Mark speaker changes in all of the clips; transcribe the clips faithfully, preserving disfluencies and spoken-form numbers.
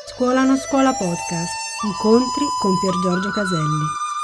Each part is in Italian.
Speaker 1: Scuola non scuola podcast. Incontri con Pier Giorgio Caselli.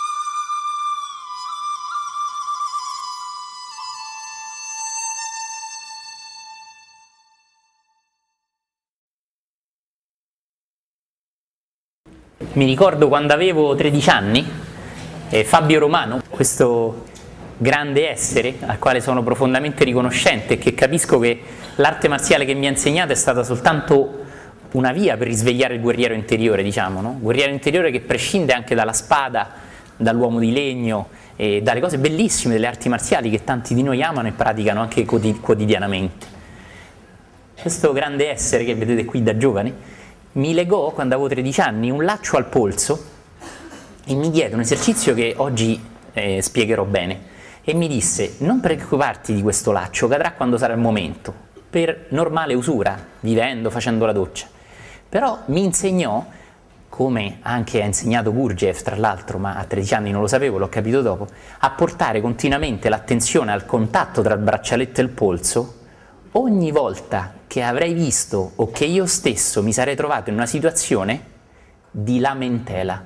Speaker 2: Mi ricordo quando avevo tredici anni, eh, Fabio Romano, questo grande essere al quale sono profondamente riconoscente e che capisco che l'arte marziale che mi ha insegnato è stata soltanto una via per risvegliare il guerriero interiore, diciamo, no? Guerriero interiore che prescinde anche dalla spada, dall'uomo di legno e dalle cose bellissime delle arti marziali che tanti di noi amano e praticano anche quotidianamente. Questo grande essere che vedete qui da giovane mi legò, quando avevo tredici anni, un laccio al polso e mi diede un esercizio che oggi eh, spiegherò bene e mi disse: non preoccuparti di questo laccio, cadrà quando sarà il momento, per normale usura, vivendo, facendo la doccia. Però mi insegnò, come anche ha insegnato Gurdjieff tra l'altro, ma a tredici anni non lo sapevo, l'ho capito dopo, a portare continuamente l'attenzione al contatto tra il braccialetto e il polso ogni volta che avrei visto o che io stesso mi sarei trovato in una situazione di lamentela.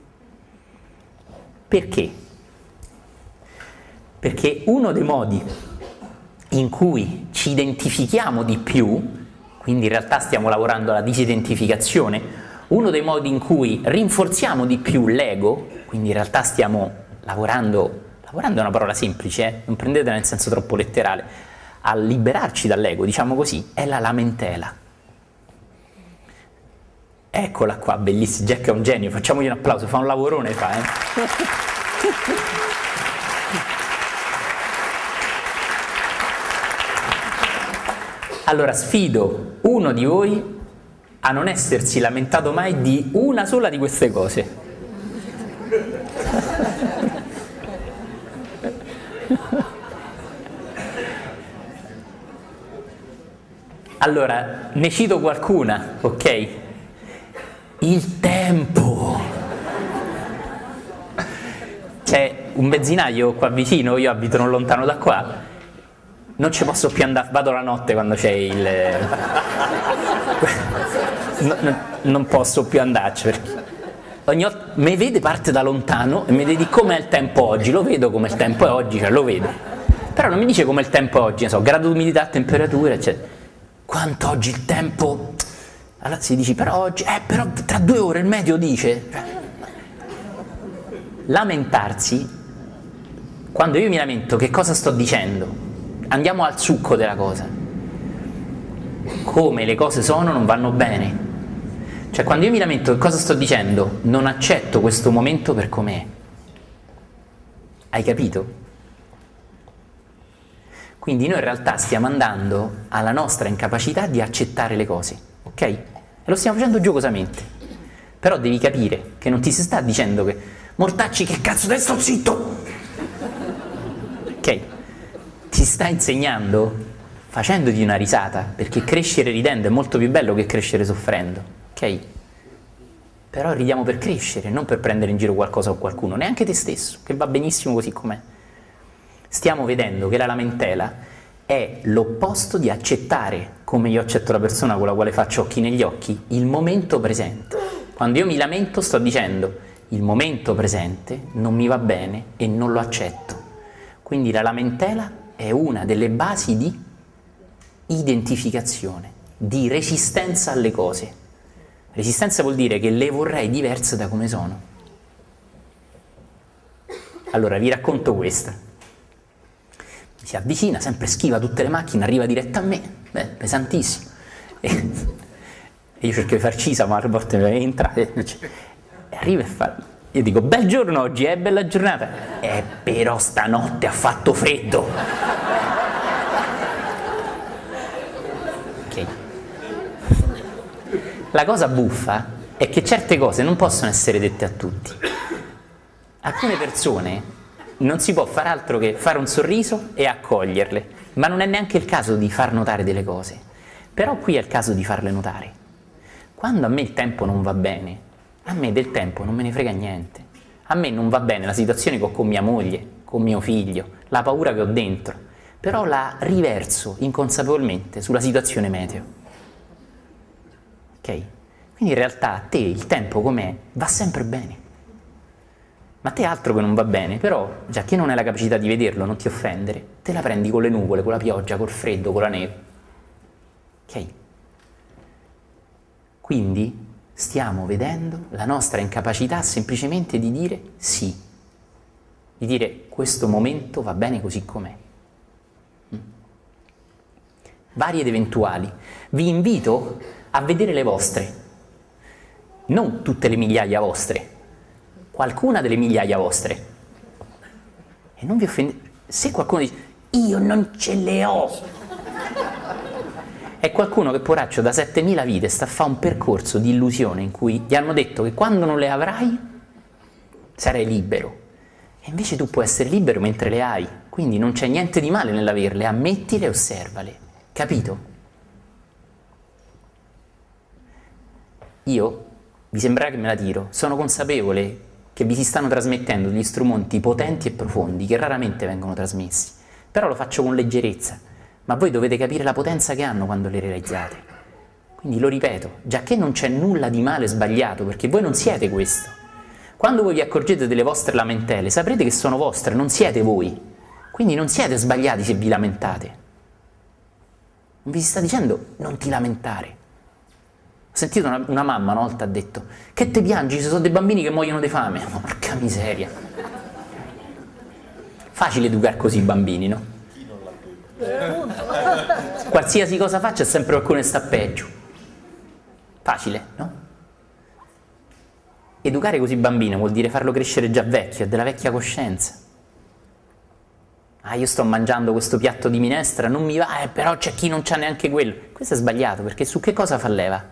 Speaker 2: Perché? Perché uno dei modi in cui ci identifichiamo di più, quindi in realtà stiamo lavorando alla disidentificazione, uno dei modi in cui rinforziamo di più l'ego, quindi in realtà stiamo lavorando, lavorando è una parola semplice, eh? Non prendetela nel senso troppo letterale, a liberarci dall'ego, diciamo così, è la lamentela. Eccola qua, bellissima, Jack è un genio, facciamogli un applauso, fa un lavorone, fa, eh? Allora sfido uno di voi a non essersi lamentato mai di una sola di queste cose. Allora, ne cito qualcuna, ok? Il tempo. C'è un benzinaio qua vicino, io abito non lontano da qua. Non ci posso più andare, vado la notte quando c'è il... no, no, non posso più andarci perché ogni volta mi vede, parte da lontano e mi vedi com'è il tempo oggi, lo vedo come il tempo è oggi, cioè lo vedo. Però non mi dice come il tempo è oggi, ne so, grado di umidità, temperatura, eccetera. Quanto oggi il tempo... Allora si dice, però oggi... Eh, però tra due ore il meteo dice... Lamentarsi, quando io mi lamento, che cosa sto dicendo? Andiamo al succo della cosa. Come le cose sono non vanno bene. Cioè quando io mi lamento, che cosa sto dicendo? Non accetto questo momento per com'è. Hai capito? Quindi noi in realtà stiamo andando alla nostra incapacità di accettare le cose, ok? E lo stiamo facendo giocosamente. Però devi capire che non ti si sta dicendo che mortacci, che cazzo, dai, sto zitto! Ok? Ti sta insegnando facendoti una risata, perché crescere ridendo è molto più bello che crescere soffrendo, ok? Però ridiamo per crescere, non per prendere in giro qualcosa o qualcuno, neanche te stesso, che va benissimo così com'è. Stiamo vedendo che la lamentela è l'opposto di accettare, come io accetto la persona con la quale faccio occhi negli occhi, il momento presente. Quando io mi lamento sto dicendo il momento presente non mi va bene e non lo accetto. Quindi la lamentela è una delle basi di identificazione, di resistenza alle cose. Resistenza vuol dire che le vorrei diverse da come sono. Allora vi racconto questa. Si avvicina, sempre schiva tutte le macchine, arriva diretta a me, beh, pesantissimo. E, e io cerco di far cisa, ma a volte entra e, e arriva e fa... Io dico, bel giorno oggi, è eh, bella giornata. Eh, però stanotte ha fatto freddo. Ok. La cosa buffa è che certe cose non possono essere dette a tutti. Alcune persone non si può fare altro che fare un sorriso e accoglierle, ma non è neanche il caso di far notare delle cose. Però qui è il caso di farle notare. Quando a me il tempo non va bene, a me del tempo non me ne frega niente. A me non va bene la situazione che ho con mia moglie, con mio figlio, la paura che ho dentro, però la riverso inconsapevolmente sulla situazione meteo. Ok? Quindi in realtà a te il tempo com'è va sempre bene. Ma a te altro che non va bene, però già che non hai la capacità di vederlo, non ti offendere, te la prendi con le nuvole, con la pioggia, col freddo, con la neve. Ok? Quindi stiamo vedendo la nostra incapacità semplicemente di dire sì, di dire questo momento va bene così com'è. Vari ed eventuali. Vi invito a vedere le vostre, non tutte le migliaia vostre, qualcuna delle migliaia vostre. E non vi offendete. Se qualcuno dice io non ce le ho, è qualcuno che poraccio da settemila vite sta a fare un percorso di illusione in cui gli hanno detto che quando non le avrai sarai libero. E invece tu puoi essere libero mentre le hai, quindi non c'è niente di male nell'averle, ammettile e osservale. Capito? Io, vi sembrerà che me la tiro, sono consapevole che vi si stanno trasmettendo degli strumenti potenti e profondi che raramente vengono trasmessi, però lo faccio con leggerezza, ma voi dovete capire la potenza che hanno quando le realizzate. Quindi lo ripeto, giacché non c'è nulla di male e sbagliato, perché voi non siete questo. Quando voi vi accorgete delle vostre lamentele, saprete che sono vostre, non siete voi. Quindi non siete sbagliati se vi lamentate. Non vi si sta dicendo non ti lamentare. Ho sentito una, una mamma una volta ha detto che te piangi, ci sono dei bambini che muoiono di fame. Porca miseria. Facile educare così i bambini, no? Qualsiasi cosa faccia è sempre qualcuno che sta peggio. Facile, no? Educare così i bambini vuol dire farlo crescere già vecchio, è della vecchia coscienza. Ah, io sto mangiando questo piatto di minestra, non mi va, eh, però c'è chi non c'ha neanche quello. Questo è sbagliato, perché su che cosa fa leva?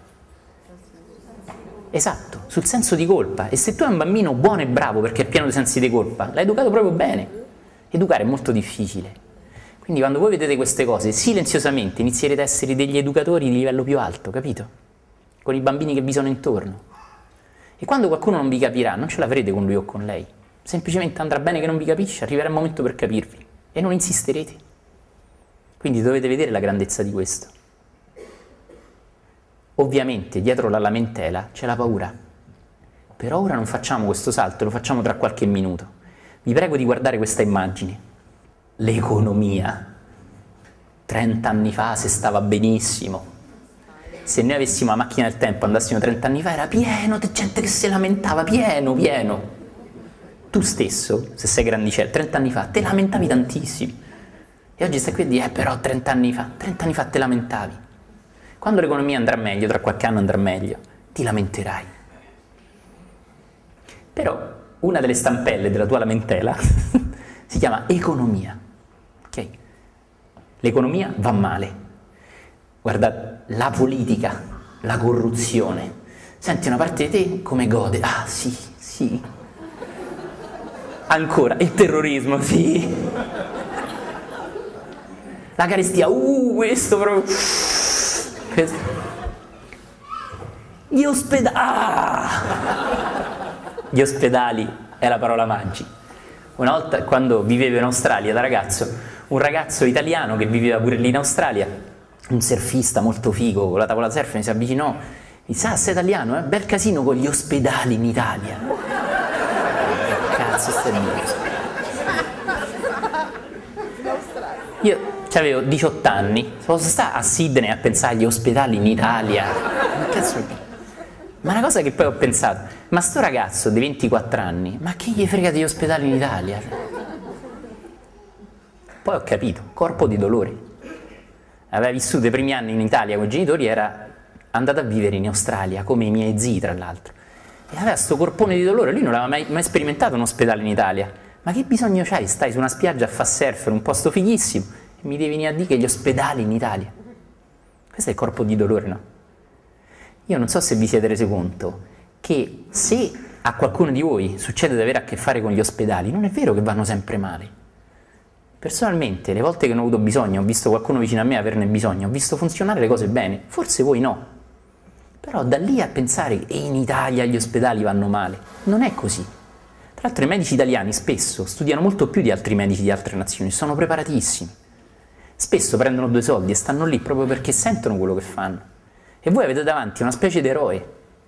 Speaker 2: Esatto, sul senso di colpa. E se tu hai un bambino buono e bravo perché è pieno di sensi di colpa, l'hai educato proprio bene. Educare è molto difficile. Quindi quando voi vedete queste cose, silenziosamente inizierete a essere degli educatori di livello più alto, capito? Con i bambini che vi sono intorno. E quando qualcuno non vi capirà, non ce l'avrete con lui o con lei. Semplicemente andrà bene che non vi capisce, arriverà il momento per capirvi. E non insisterete. Quindi dovete vedere la grandezza di questo. Ovviamente dietro la lamentela c'è la paura. Per ora non facciamo questo salto, lo facciamo tra qualche minuto. Vi prego di guardare questa immagine. L'economia. trenta anni fa se stava benissimo. Se noi avessimo la macchina del tempo, andassimo trenta anni fa, era pieno di gente che si lamentava, pieno, pieno. Tu stesso, se sei grandicello, trenta anni fa, te lamentavi tantissimo. E oggi stai qui a dire, eh però trenta anni fa, trenta anni fa te lamentavi. Quando l'economia andrà meglio, tra qualche anno andrà meglio, ti lamenterai. Però una delle stampelle della tua lamentela si chiama economia. Ok? L'economia va male. Guarda, la politica, la corruzione. Senti una parte di te come gode. Ah, sì, sì. Ancora, il terrorismo, sì. La carestia, uh, questo proprio. Questo. Gli ospedali. Ah! Gli ospedali è la parola magica. Una volta, quando vivevo in Australia da ragazzo, un ragazzo italiano che viveva pure lì in Australia, un surfista molto figo con la tavola surf, mi si avvicinò e disse: ah, sei italiano, eh? Bel casino con gli ospedali in Italia. Cazzo stai dicendo? Io avevo diciotto anni, posso stare a Sydney a pensare agli ospedali in Italia? Ma cazzo, ma una cosa che poi ho pensato, ma sto ragazzo di ventiquattro anni, ma che gli frega degli ospedali in Italia? Poi ho capito, corpo di dolore. Aveva vissuto i primi anni in Italia con i genitori, era andato a vivere in Australia, come i miei zii tra l'altro. E aveva sto corpone di dolore, lui non aveva mai, mai sperimentato un ospedale in Italia. Ma che bisogno c'hai? Stai su una spiaggia a fare surf in un posto fighissimo e mi devi venire a dire che gli ospedali in Italia. Questo è il corpo di dolore, no? Io non so se vi siete resi conto che se a qualcuno di voi succede di avere a che fare con gli ospedali, non è vero che vanno sempre male. Personalmente, le volte che ne ho avuto bisogno, ho visto qualcuno vicino a me averne bisogno, ho visto funzionare le cose bene, forse voi no. Però da lì a pensare che in Italia gli ospedali vanno male, non è così. Tra l'altro i medici italiani spesso studiano molto più di altri medici di altre nazioni, sono preparatissimi. Spesso prendono due soldi e stanno lì proprio perché sentono quello che fanno. E voi avete davanti una specie di eroe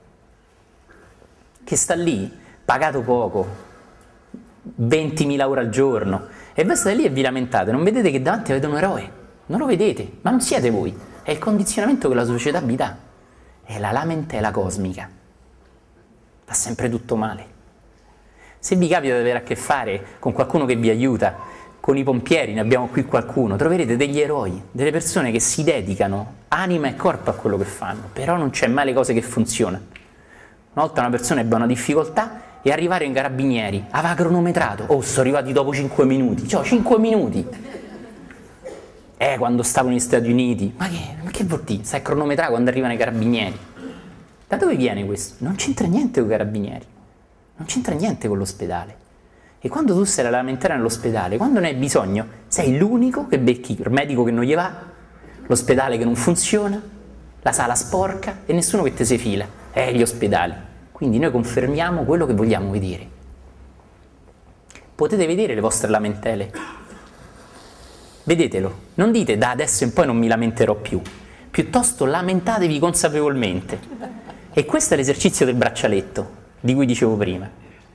Speaker 2: che sta lì, pagato poco, ventimila euro al giorno, e voi state lì e vi lamentate, non vedete che davanti avete un eroe, non lo vedete, ma non siete voi, è il condizionamento che la società vi dà, è la lamentela cosmica, va sempre tutto male. Se vi capita di avere a che fare con qualcuno che vi aiuta, con i pompieri, ne abbiamo qui qualcuno, troverete degli eroi, delle persone che si dedicano anima e corpo a quello che fanno, però non c'è mai le cose che funzionano. Una volta una persona ebbe una difficoltà e arrivare in carabinieri, aveva cronometrato, oh, sono arrivati dopo cinque minuti, cioè cinque minuti. Eh, quando stavo negli Stati Uniti, ma che, ma che vuol dire? Stai a cronometrare quando arrivano i carabinieri? Da dove viene questo? Non c'entra niente con i carabinieri, non c'entra niente con l'ospedale. E quando tu sei a lamentare nell'ospedale, quando ne hai bisogno, sei l'unico che becchi il medico che non gli va, l'ospedale che non funziona, la sala sporca e nessuno che te si fila. Eh, gli ospedali. Quindi noi confermiamo quello che vogliamo vedere. Potete vedere le vostre lamentele? Vedetelo. Non dite da adesso in poi non mi lamenterò più. Piuttosto lamentatevi consapevolmente. E questo è l'esercizio del braccialetto, di cui dicevo prima.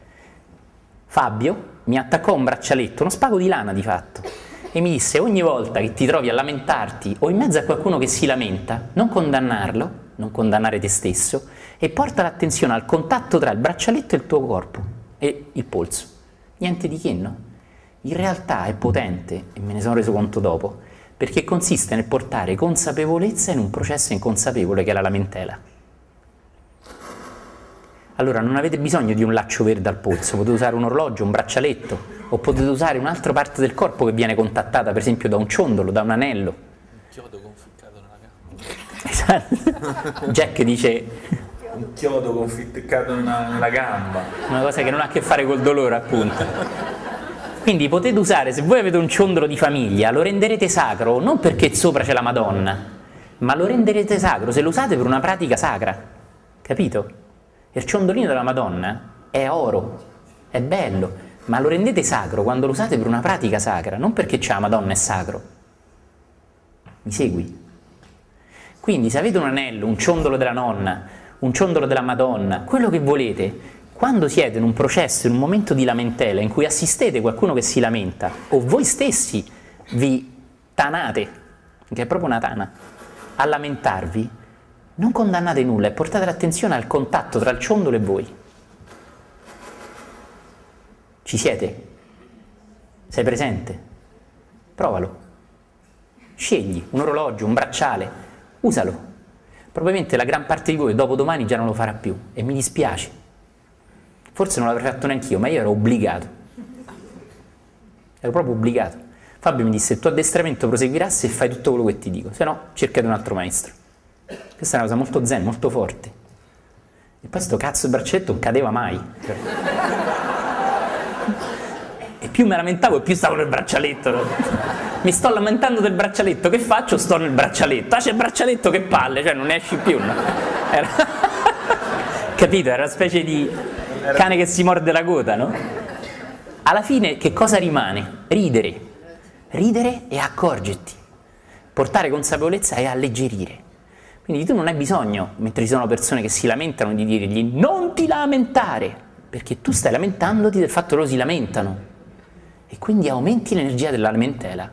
Speaker 2: Fabio mi attaccò un braccialetto, uno spago di lana di fatto, e mi disse: ogni volta che ti trovi a lamentarti o in mezzo a qualcuno che si lamenta, non condannarlo, non condannare te stesso, e porta l'attenzione al contatto tra il braccialetto e il tuo corpo e il polso. Niente di che, no? In realtà è potente, e me ne sono reso conto dopo, perché consiste nel portare consapevolezza in un processo inconsapevole che è la lamentela. Allora non avete bisogno di un laccio verde al polso, potete usare un orologio, un braccialetto, o potete usare un'altra parte del corpo che viene contattata, per esempio da un ciondolo, da un anello.
Speaker 3: Un chiodo conficcato nella gamba.
Speaker 2: Esatto. Jack dice...
Speaker 3: Un chiodo conficcato nella, nella gamba.
Speaker 2: Una cosa che non ha a che fare col dolore, appunto. Quindi potete usare, se voi avete un ciondolo di famiglia, lo renderete sacro non perché sopra c'è la Madonna, ma lo renderete sacro se lo usate per una pratica sacra, capito? Il ciondolino della Madonna è oro, è bello, ma lo rendete sacro quando lo usate per una pratica sacra, non perché c'è la Madonna è sacro. Mi segui? Quindi se avete un anello, un ciondolo della nonna, un ciondolo della Madonna, quello che volete, quando siete in un processo, in un momento di lamentela, in cui assistete qualcuno che si lamenta, o voi stessi vi tanate, che è proprio una tana, a lamentarvi, non condannate nulla e portate l'attenzione al contatto tra il ciondolo e voi. Ci siete? Sei presente? Provalo. Scegli un orologio, un bracciale, usalo. Probabilmente la gran parte di voi dopo domani già non lo farà più e mi dispiace. Forse non l'avrei fatto neanch'io, ma io ero obbligato. Ero proprio obbligato. Fabio mi disse: il tuo addestramento proseguirà se fai tutto quello che ti dico, se no cercate un altro maestro. Questa è una cosa molto zen, molto forte. E poi sto cazzo di braccetto non cadeva mai. E più mi lamentavo e più stavo nel braccialetto. No? Mi sto lamentando del braccialetto, che faccio? Sto nel braccialetto. Ah, c'è il braccialetto, che palle, cioè non ne esci più. No? Era... Capito? Era una specie di cane che si morde la coda, no? Alla fine che cosa rimane? Ridere. Ridere e accorgerti. Portare consapevolezza e alleggerire. Quindi tu non hai bisogno, mentre ci sono persone che si lamentano, di dirgli non ti lamentare, perché tu stai lamentandoti del fatto che loro si lamentano e quindi aumenti l'energia della lamentela.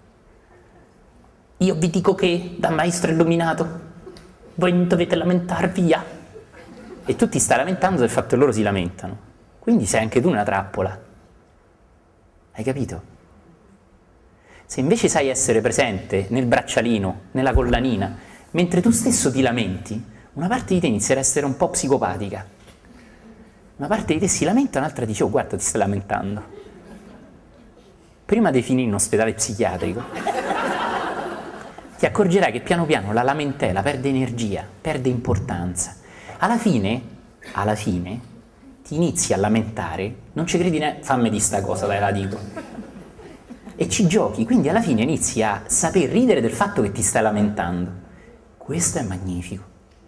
Speaker 2: Io vi dico che, da maestro illuminato, voi non dovete lamentarvi, via. E tu ti stai lamentando del fatto che loro si lamentano, quindi sei anche tu nella trappola. Hai capito? Se invece sai essere presente nel braccialino, nella collanina, mentre tu stesso ti lamenti, una parte di te inizia ad essere un po' psicopatica. Una parte di te si lamenta, un'altra dice: oh, guarda, ti stai lamentando. Prima di finire in ospedale psichiatrico, ti accorgerai che piano piano la lamentela perde energia, perde importanza. Alla fine, alla fine, ti inizi a lamentare, non ci credi neanche, fammi di sta cosa, dai, la dico. E ci giochi, quindi alla fine inizi a saper ridere del fatto che ti stai lamentando. Questo è magnifico.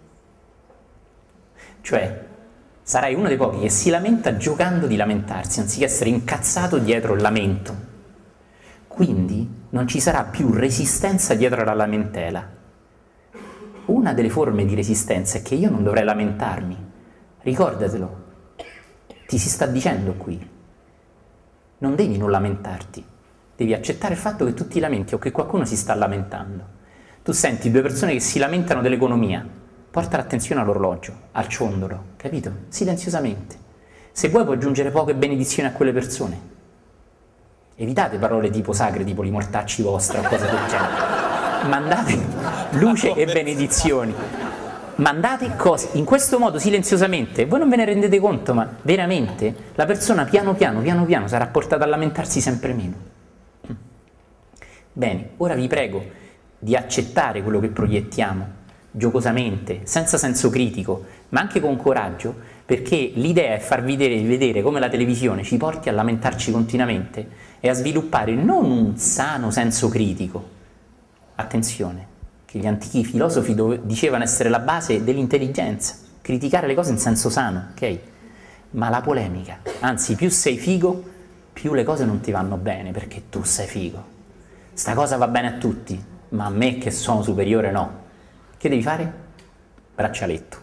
Speaker 2: Cioè, sarai uno dei pochi che si lamenta giocando di lamentarsi, anziché essere incazzato dietro il lamento. Quindi non ci sarà più resistenza dietro alla lamentela. Una delle forme di resistenza è che io non dovrei lamentarmi. Ricordatelo, ti si sta dicendo qui. Non devi non lamentarti, devi accettare il fatto che tu ti lamenti o che qualcuno si sta lamentando. Tu senti due persone che si lamentano dell'economia, porta l'attenzione all'orologio, al ciondolo, capito? Silenziosamente. Se vuoi puoi aggiungere poche benedizioni a quelle persone. Evitate parole tipo sacre, tipo li mortacci vostra o cose del genere. Mandate luce e benedizioni. Mandate cose in questo modo silenziosamente. Voi non ve ne rendete conto, ma veramente la persona piano piano, piano piano sarà portata a lamentarsi sempre meno. Bene, ora vi prego di accettare quello che proiettiamo, giocosamente, senza senso critico, ma anche con coraggio, perché l'idea è farvi vedere, vedere come la televisione ci porti a lamentarci continuamente e a sviluppare non un sano senso critico. Attenzione, che gli antichi filosofi dove, dicevano essere la base dell'intelligenza, criticare le cose in senso sano, ok? Ma la polemica, anzi più sei figo, più le cose non ti vanno bene perché tu sei figo. Sta cosa va bene a tutti, ma a me che sono superiore no. Che devi fare? Braccialetto.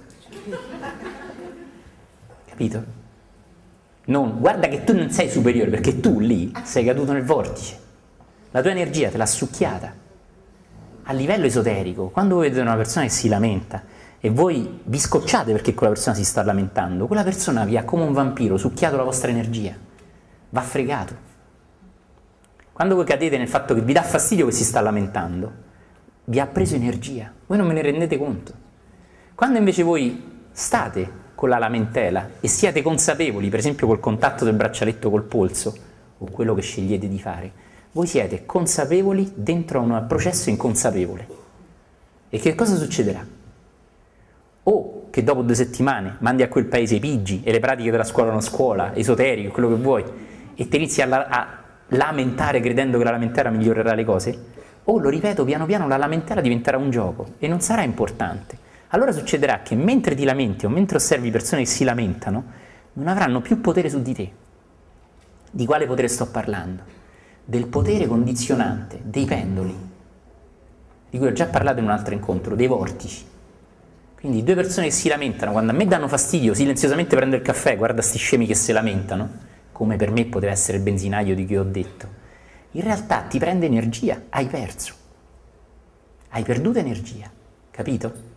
Speaker 2: Capito? Non, guarda che tu non sei superiore perché tu lì sei caduto nel vortice. La tua energia te l'ha succhiata. A livello esoterico, quando voi vedete una persona che si lamenta e voi vi scocciate perché quella persona si sta lamentando, quella persona vi ha come un vampiro succhiato la vostra energia. Va fregato. Quando voi cadete nel fatto che vi dà fastidio che si sta lamentando, vi ha preso energia, voi non ve ne rendete conto. Quando invece voi state con la lamentela e siete consapevoli, per esempio col contatto del braccialetto col polso, o quello che scegliete di fare, voi siete consapevoli dentro a un processo inconsapevole. E che cosa succederà? O che dopo due settimane mandi a quel paese i pigi e le pratiche della scuola non scuola, esoterico, quello che vuoi, e ti inizi a, la, a lamentare credendo che la lamentela migliorerà le cose, o lo ripeto, piano piano la lamentela diventerà un gioco e non sarà importante. Allora succederà che mentre ti lamenti o mentre osservi persone che si lamentano, non avranno più potere su di te. Di quale potere sto parlando? Del potere condizionante, dei pendoli, di cui ho già parlato in un altro incontro, dei vortici. Quindi due persone che si lamentano, quando a me danno fastidio, silenziosamente prendo il caffè, guarda sti scemi che si lamentano, come per me poteva essere il benzinaio di cui ho detto, in realtà ti prende energia, hai perso, hai perduto energia, capito?